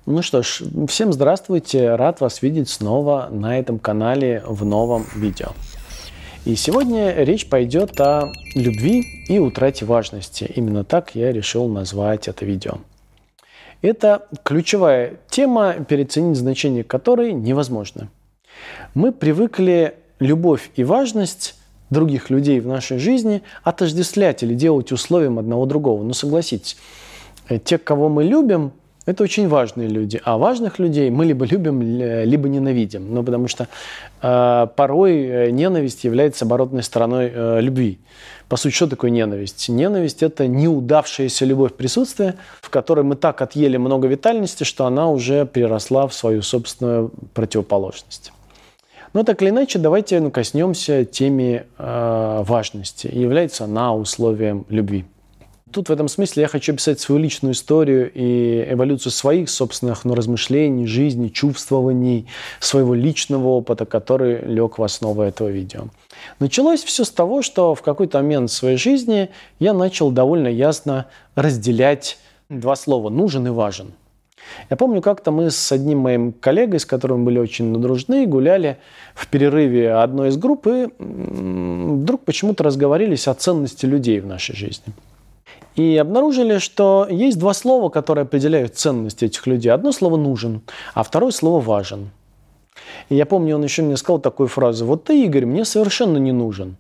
Ну что ж, всем здравствуйте, рад вас видеть снова на этом канале в новом видео. И сегодня речь пойдет о любви и утрате важности. Именно так я решил назвать это видео. Это ключевая тема, переоценить значение которой невозможно. Мы привыкли любовь и важность других людей в нашей жизни отождествлять или делать условием одного другого. Но согласитесь, те, кого мы любим, это очень важные люди, а важных людей мы либо любим, либо ненавидим. Ну, потому что порой ненависть является оборотной стороной любви. По сути, что такое ненависть? Ненависть – это неудавшаяся любовь присутствия, в которой мы так отъели много витальности, что она уже переросла в свою собственную противоположность. Но так или иначе, давайте коснемся темы важности. Является она условием любви. Тут в этом смысле я хочу описать свою личную историю и эволюцию своих собственных размышлений, жизни, чувствований, своего личного опыта, который лег в основу этого видео. Началось все с того, что в какой-то момент в своей жизни я начал довольно ясно разделять два слова «нужен» и «важен». Я помню, как-то мы с одним моим коллегой, с которым были очень дружны, гуляли в перерыве одной из групп и вдруг почему-то разговорились о ценности людей в нашей жизни. И обнаружили, что есть два слова, которые определяют ценность этих людей. Одно слово «нужен», а второе слово «важен». И я помню, он еще мне сказал такую фразу: «Вот ты, Игорь, мне совершенно не нужен».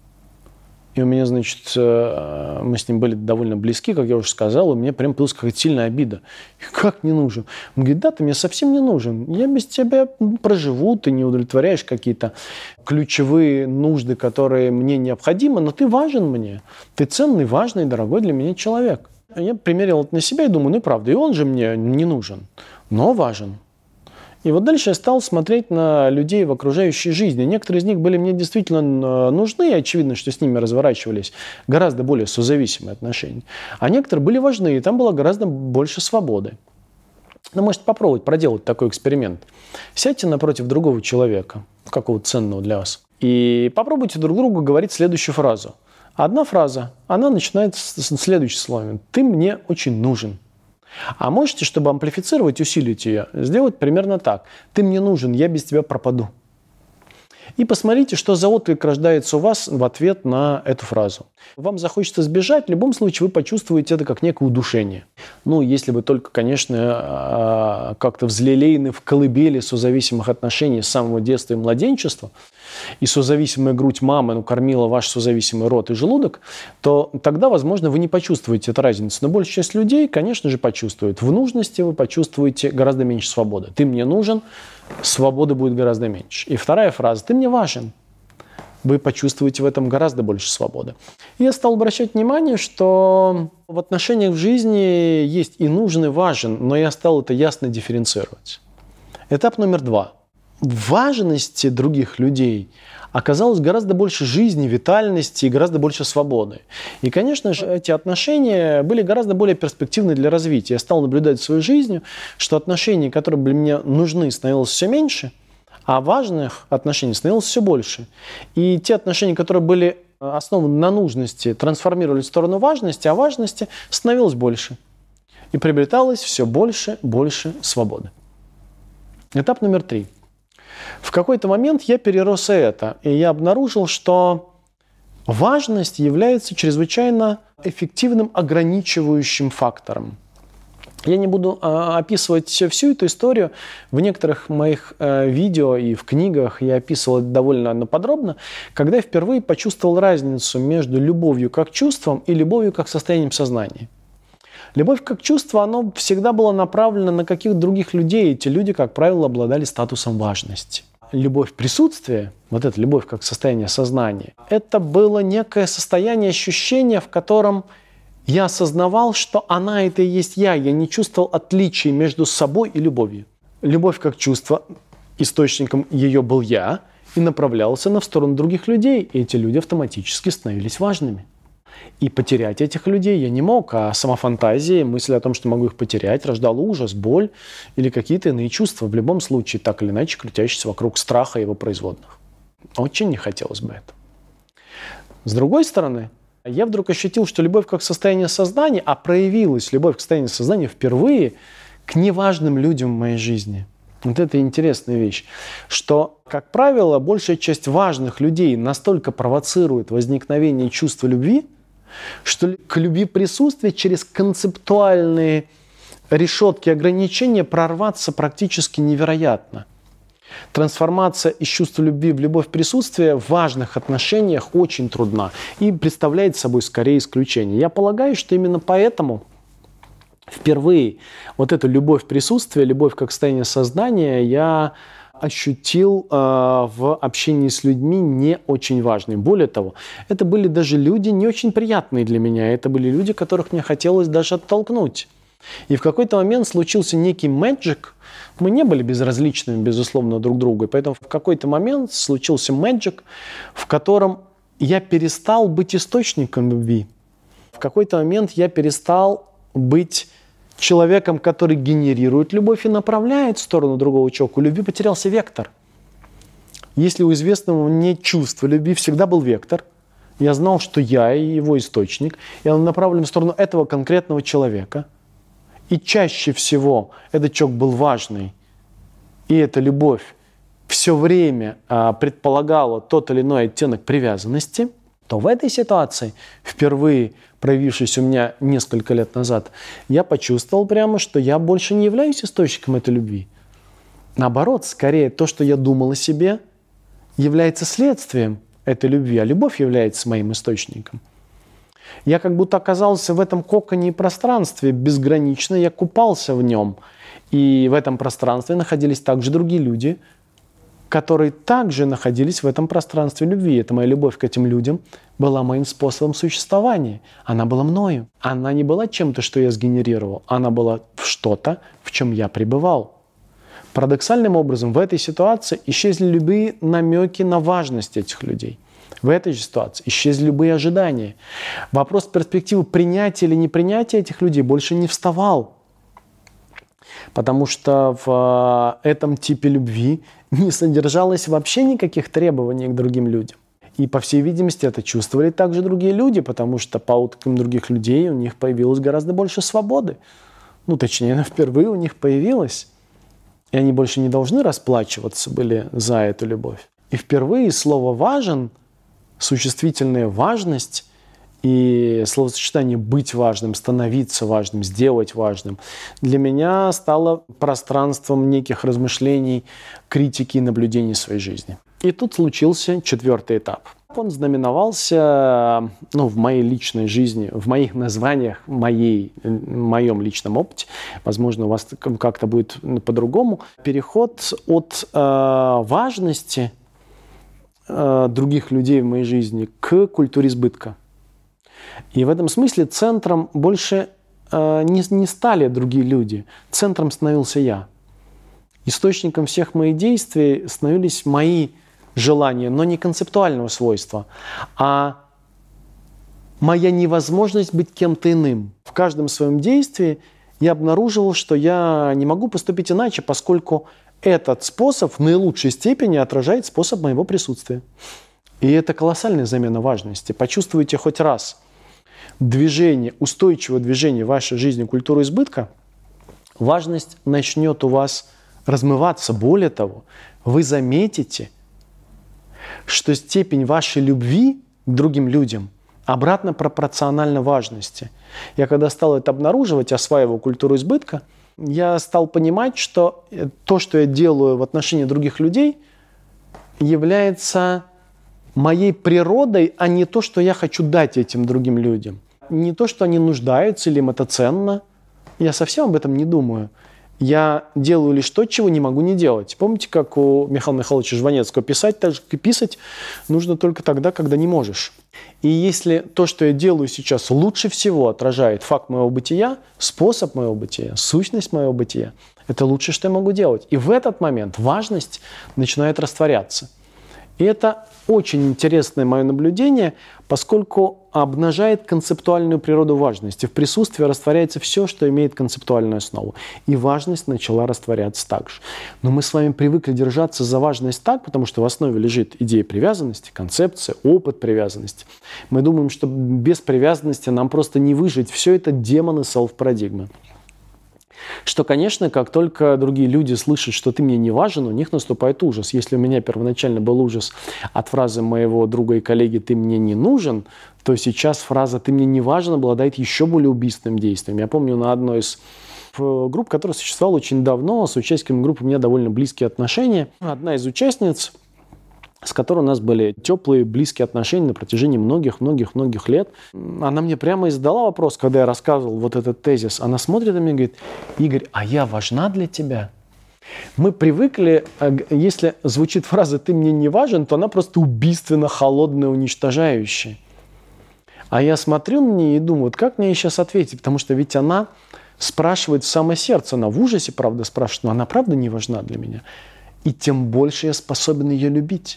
И у меня, значит, мы с ним были довольно близки, как я уже сказал, и мне прям появилась какая-то сильная обида. Как не нужен? Он говорит: да, ты мне совсем не нужен. Я без тебя проживу, ты не удовлетворяешь какие-то ключевые нужды, которые мне необходимы, но ты важен мне. Ты ценный, важный, дорогой для меня человек. Я примерил это на себя и думаю, ну и правда, и он же мне не нужен, но важен. И вот дальше я стал смотреть на людей в окружающей жизни. Некоторые из них были мне действительно нужны, и очевидно, что с ними разворачивались гораздо более созависимые отношения. А некоторые были важны, и там было гораздо больше свободы. Вы можете попробовать проделать такой эксперимент. Сядьте напротив другого человека, какого-то ценного для вас, и попробуйте друг другу говорить следующую фразу. Одна фраза, она начинается с следующими словами: «Ты мне очень нужен». А можете, чтобы амплифицировать, усилить ее, сделать примерно так: «Ты мне нужен, я без тебя пропаду». И посмотрите, что за отклик рождается у вас в ответ на эту фразу. Вам захочется сбежать, в любом случае вы почувствуете это как некое удушение. Ну, если вы только, конечно, как-то взлелеены в колыбели созависимых отношений с самого детства и младенчества, и созависимая грудь мамы кормила ваш созависимый рот и желудок, то тогда, возможно, вы не почувствуете эту разницу. Но большая часть людей, конечно же, почувствует. В нужности вы почувствуете гораздо меньше свободы. Ты мне нужен, свободы будет гораздо меньше. И вторая фраза: ты мне важен. Вы почувствуете в этом гораздо больше свободы. И я стал обращать внимание, что в отношениях в жизни есть и нужен, и важен, но я стал это ясно дифференцировать. Этап номер 2. В важности других людей оказалось гораздо больше жизни, витальности и гораздо больше свободы. И, конечно же, эти отношения были гораздо более перспективны для развития. Я стал наблюдать в своей жизни, что отношений, которые были мне нужны, становилось все меньше, а важных отношений становилось все больше. И те отношения, которые были основаны на нужности, трансформировались в сторону важности, а важности становилось больше. И приобреталось все больше и больше свободы. Этап номер 3. В какой-то момент я перерос это, и я обнаружил, что важность является чрезвычайно эффективным ограничивающим фактором. Я не буду описывать всю эту историю. В некоторых моих видео и в книгах я описывал это довольно подробно, когда я впервые почувствовал разницу между любовью как чувством и любовью как состоянием сознания. Любовь как чувство, оно всегда было направлено на каких-то других людей. Эти люди, как правило, обладали статусом важности. Любовь присутствия, вот эта любовь как состояние сознания, это было некое состояние ощущения, в котором я осознавал, что она это и есть я не чувствовал отличий между собой и любовью. Любовь как чувство, источником ее был я, и направлялся в сторону других людей, и эти люди автоматически становились важными. И потерять этих людей я не мог, а сама фантазия, мысль о том, что могу их потерять, рождала ужас, боль или какие-то иные чувства, в любом случае, так или иначе, крутящиеся вокруг страха и его производных. Очень не хотелось бы это. С другой стороны, я вдруг ощутил, что любовь как состояние сознания, а проявилась любовь к состоянию сознания впервые, к неважным людям в моей жизни. Вот это интересная вещь, что, как правило, большая часть важных людей настолько провоцирует возникновение чувства любви, что к любви присутствия через концептуальные решетки ограничения прорваться практически невероятно. Трансформация из чувства любви в любовь присутствия в важных отношениях очень трудна и представляет собой скорее исключение. Я полагаю, что именно поэтому впервые вот эту любовь присутствия, любовь как состояние сознания я ощутил в общении с людьми не очень важными. Более того, это были даже люди не очень приятные для меня. Это были люди, которых мне хотелось даже оттолкнуть. И в какой-то момент случился некий magic. Мы не были безразличными, безусловно, друг другу. И поэтому в какой-то момент случился magic, в котором я перестал быть источником любви. В какой-то момент я перестал быть человеком, который генерирует любовь и направляет в сторону другого человека. У любви потерялся вектор. Если у известного мне чувства любви всегда был вектор, я знал, что я его источник, и он направлен в сторону этого конкретного человека. И чаще всего этот человек был важный, и эта любовь все время предполагала тот или иной оттенок привязанности, то в этой ситуации, впервые проявившись у меня несколько лет назад, я почувствовал прямо, что я больше не являюсь источником этой любви. Наоборот, скорее то, что я думал о себе, является следствием этой любви, а любовь является моим источником. Я как будто оказался в этом коконе и пространстве безгранично, я купался в нем. И в этом пространстве находились также другие люди, которые также находились в этом пространстве любви. Это моя любовь к этим людям была моим способом существования. Она была мною. Она не была чем-то, что я сгенерировал. Она была что-то, в чем я пребывал. Парадоксальным образом в этой ситуации исчезли любые намеки на важность этих людей. В этой же ситуации исчезли любые ожидания. Вопрос перспективы принятия или непринятия этих людей больше не вставал. Потому что в этом типе любви не содержалось вообще никаких требований к другим людям. И, по всей видимости, это чувствовали также другие люди, потому что по уткам других людей у них появилось гораздо больше свободы. Ну, точнее, она впервые у них появилась. И они больше не должны расплачиваться были за эту любовь. И впервые слово «важен», существительная важность и словосочетание «быть важным», «становиться важным», «сделать важным» для меня стало пространством неких размышлений, критики и наблюдений своей жизни. И тут случился 4-й этап. Он знаменовался в моей личной жизни, в моих названиях, в моем личном опыте. Возможно, у вас как-то будет по-другому. Переход от важности других людей в моей жизни к культуре избытка. И в этом смысле центром больше не стали другие люди. Центром становился я. Источником всех моих действий становились мои желания, но не концептуального свойства, а моя невозможность быть кем-то иным. В каждом своем действии я обнаруживал, что я не могу поступить иначе, поскольку этот способ в наилучшей степени отражает способ моего присутствия. И это колоссальная замена важности. Почувствуйте хоть раз движение, устойчивое движение в вашей жизни, культуру избытка, важность начнет у вас размываться. Более того, вы заметите, что степень вашей любви к другим людям обратно пропорциональна важности. Я когда стал это обнаруживать, осваивая культуру избытка, я стал понимать, что то, что я делаю в отношении других людей, является моей природой, а не то, что я хочу дать этим другим людям. Не то, что они нуждаются или им это ценно. Я совсем об этом не думаю. Я делаю лишь то, чего не могу не делать. Помните, как у Михаила Михайловича Жванецкого писать, так же, как и писать нужно только тогда, когда не можешь. И если то, что я делаю сейчас, лучше всего отражает факт моего бытия, способ моего бытия, сущность моего бытия, это лучшее, что я могу делать. И в этот момент важность начинает растворяться. И это очень интересное мое наблюдение, поскольку обнажает концептуальную природу важности. В присутствии растворяется все, что имеет концептуальную основу. И важность начала растворяться также. Но мы с вами привыкли держаться за важность так, потому что в основе лежит идея привязанности, концепция, опыт привязанности. Мы думаем, что без привязанности нам просто не выжить. Все это демоны селф-парадигмы. Что, конечно, как только другие люди слышат, что ты мне не важен, у них наступает ужас. Если у меня первоначально был ужас от фразы моего друга и коллеги «ты мне не нужен», то сейчас фраза «ты мне не важен» обладает еще более убийственным действием. Я помню на одной из групп, которая существовала очень давно, с участниками группы у меня довольно близкие отношения. Одна из участниц, с которой у нас были теплые, близкие отношения на протяжении многих лет. Она мне прямо и задала вопрос, когда я рассказывал вот этот тезис. Она смотрит на меня и говорит: «Игорь, а я важна для тебя?» Мы привыкли, если звучит фраза «ты мне не важен», то она просто убийственно холодная, уничтожающая. А я смотрю на нее и думаю, вот как мне ей сейчас ответить? Потому что ведь она спрашивает в самое сердце. Она в ужасе, правда, спрашивает, но она правда не важна для меня. И тем больше я способен ее любить.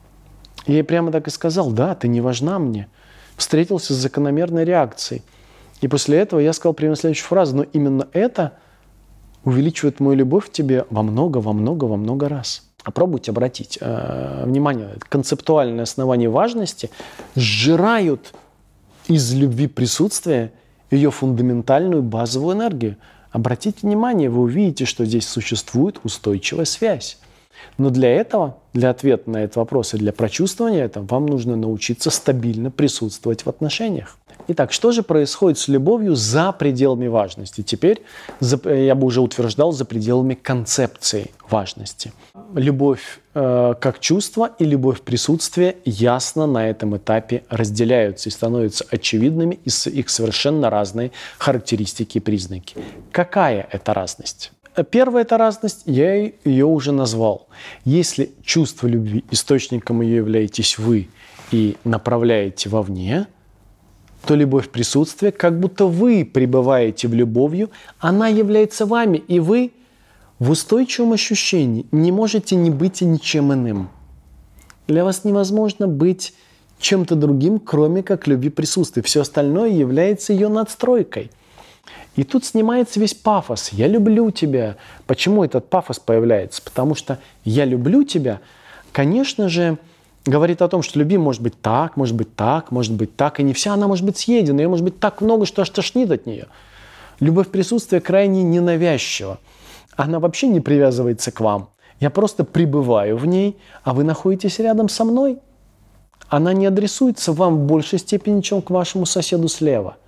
Я ей прямо так и сказал: да, ты не важна мне. Встретился с закономерной реакцией. И после этого я сказал примерно следующую фразу: но именно это увеличивает мою любовь к тебе во много раз. Попробуйте обратить внимание, концептуальные основания важности сжирают из любви присутствия ее фундаментальную базовую энергию. Обратите внимание, вы увидите, что здесь существует устойчивая связь. Но для этого, для ответа на этот вопрос и для прочувствования этого, вам нужно научиться стабильно присутствовать в отношениях. Итак, что же происходит с любовью за пределами важности? Теперь, я бы уже утверждал, за пределами концепции важности. Любовь как чувство и любовь присутствия ясно на этом этапе разделяются и становятся очевидными их совершенно разные характеристики и признаки. Какая это разность? Первая эта разность, я ее уже назвал. Если чувство любви, источником ее являетесь вы и направляете вовне, то любовь присутствия, как будто вы пребываете в любовью, она является вами, и вы в устойчивом ощущении не можете не быть и ничем иным. Для вас невозможно быть чем-то другим, кроме как любви присутствия. Все остальное является ее надстройкой. И тут снимается весь пафос. «Я люблю тебя». Почему этот пафос появляется? Потому что «я люблю тебя», конечно же, говорит о том, что любви может быть так, может быть так, может быть так. И не вся она может быть съедена. Ее может быть так много, что аж тошнит от нее. Любовь присутствия крайне ненавязчива. Она вообще не привязывается к вам. Я просто пребываю в ней, а вы находитесь рядом со мной. Она не адресуется вам в большей степени, чем к вашему соседу слева.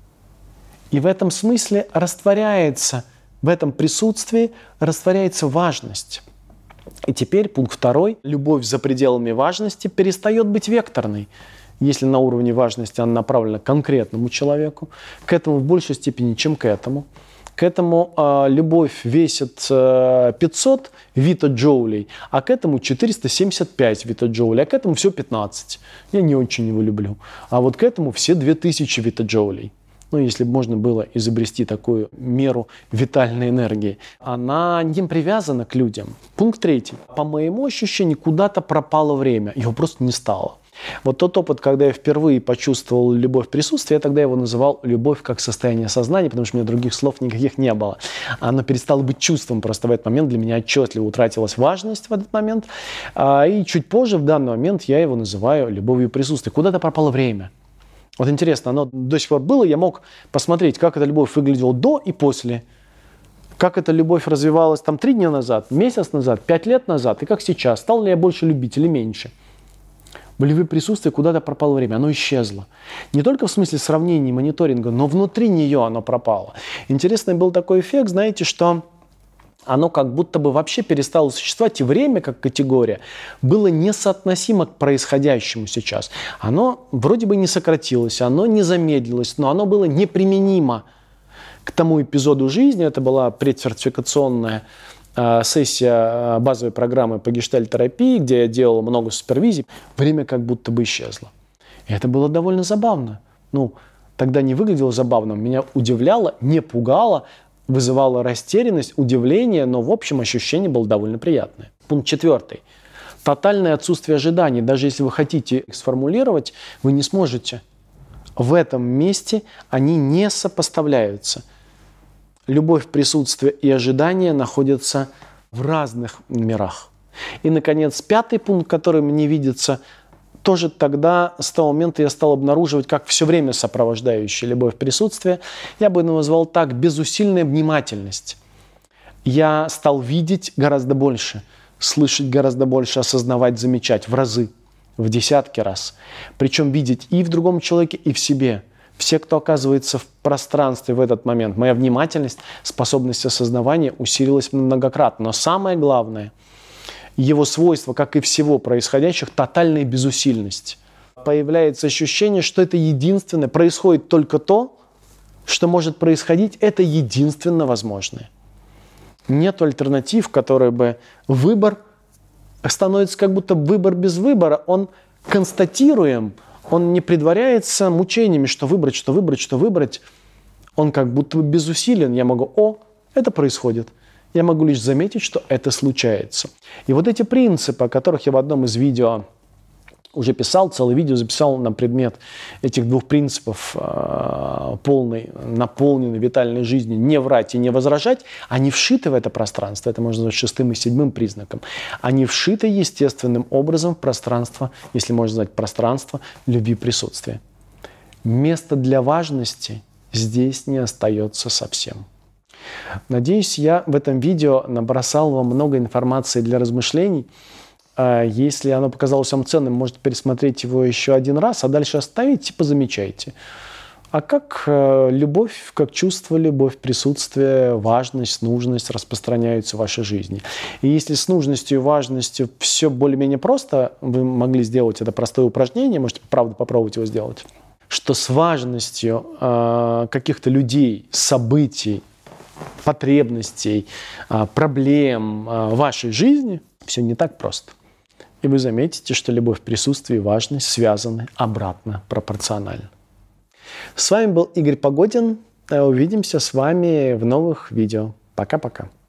И в этом смысле растворяется, в этом присутствии растворяется важность. И теперь пункт второй. Любовь за пределами важности перестает быть векторной. Если на уровне важности она направлена к конкретному человеку, к этому в большей степени, чем к этому. К этому любовь весит 500 витта-джоулей, а к этому 475 витта-джоулей, а к этому все 15. Я не очень его люблю. А вот к этому все 2000 витта-джоулей. Ну, если бы можно было изобрести такую меру витальной энергии. Она не привязана к людям. Пункт третий. По моему ощущению, куда-то пропало время. Его просто не стало. Вот тот опыт, когда я впервые почувствовал любовь присутствия, я тогда его называл любовь как состояние сознания, потому что у меня других слов никаких не было. Оно перестало быть чувством. Просто в этот момент для меня отчетливо утратилась важность в этот момент. И чуть позже, в данный момент, я его называю любовью присутствия. Куда-то пропало время. Вот интересно, оно до сих пор было, я мог посмотреть, как эта любовь выглядела до и после. Как эта любовь развивалась там 3 дня назад, месяц назад, 5 лет назад, и как сейчас. Стал ли я больше любить или меньше? В любви присутствия куда-то пропало время, оно исчезло. Не только в смысле сравнения, мониторинга, но внутри нее оно пропало. Интересный был такой эффект, знаете, что оно как будто бы вообще перестало существовать, и время как категория было несоотносимо к происходящему сейчас. Оно вроде бы не сократилось, оно не замедлилось, но оно было неприменимо к тому эпизоду жизни. Это была предсертификационная сессия базовой программы по гештальт-терапии, где я делал много супервизий. Время как будто бы исчезло. И это было довольно забавно. Ну, тогда не выглядело забавным, меня удивляло, не пугало, вызывало растерянность, удивление, но в общем ощущение было довольно приятное. Пункт 4. Тотальное отсутствие ожиданий. Даже если вы хотите их сформулировать, вы не сможете. В этом месте они не сопоставляются. Любовь, присутствие и ожидание находятся в разных мирах. И, наконец, 5 пункт, который мне видится тоже тогда, с того момента я стал обнаруживать, как все время сопровождающая любовь присутствие, я бы назвал так, безусильная внимательность. Я стал видеть гораздо больше, слышать гораздо больше, осознавать, замечать в разы, в десятки раз. Причем видеть и в другом человеке, и в себе. Все, кто оказывается в пространстве в этот момент, моя внимательность, способность осознавания усилилась многократно. Но самое главное, его свойство, как и всего происходящих, тотальная безусильность. Появляется ощущение, что это единственное, происходит только то, что может происходить, это единственно возможное. Нет альтернатив, которые бы выбор становится как будто выбор без выбора. Он констатируем, он не предваряется мучениями, что выбрать, что выбрать, что выбрать. Он как будто бы безусилен. Я могу, это происходит. Я могу лишь заметить, что это случается. И вот эти принципы, о которых я в одном из видео уже писал, целое видео записал на предмет этих двух принципов полной, наполненной витальной жизни, не врать и не возражать, они вшиты в это пространство, это можно назвать 6-м и 7-м признаком, они вшиты естественным образом в пространство, если можно назвать пространство любви присутствия. Место для важности здесь не остается совсем. Надеюсь, я в этом видео набросал вам много информации для размышлений. Если оно показалось вам ценным, можете пересмотреть его еще один раз, а дальше оставите, позамечайте. А как любовь, как чувство, любовь, присутствие, важность, нужность распространяются в вашей жизни. И если с нужностью и важностью все более-менее просто, вы могли сделать это простое упражнение, можете, правда, попробовать его сделать, что с важностью каких-то людей, событий, потребностей, проблем вашей жизни все не так просто. И вы заметите, что любовь, присутствие и важность связаны обратно, пропорционально. С вами был Игорь Погодин. Увидимся с вами в новых видео. Пока-пока.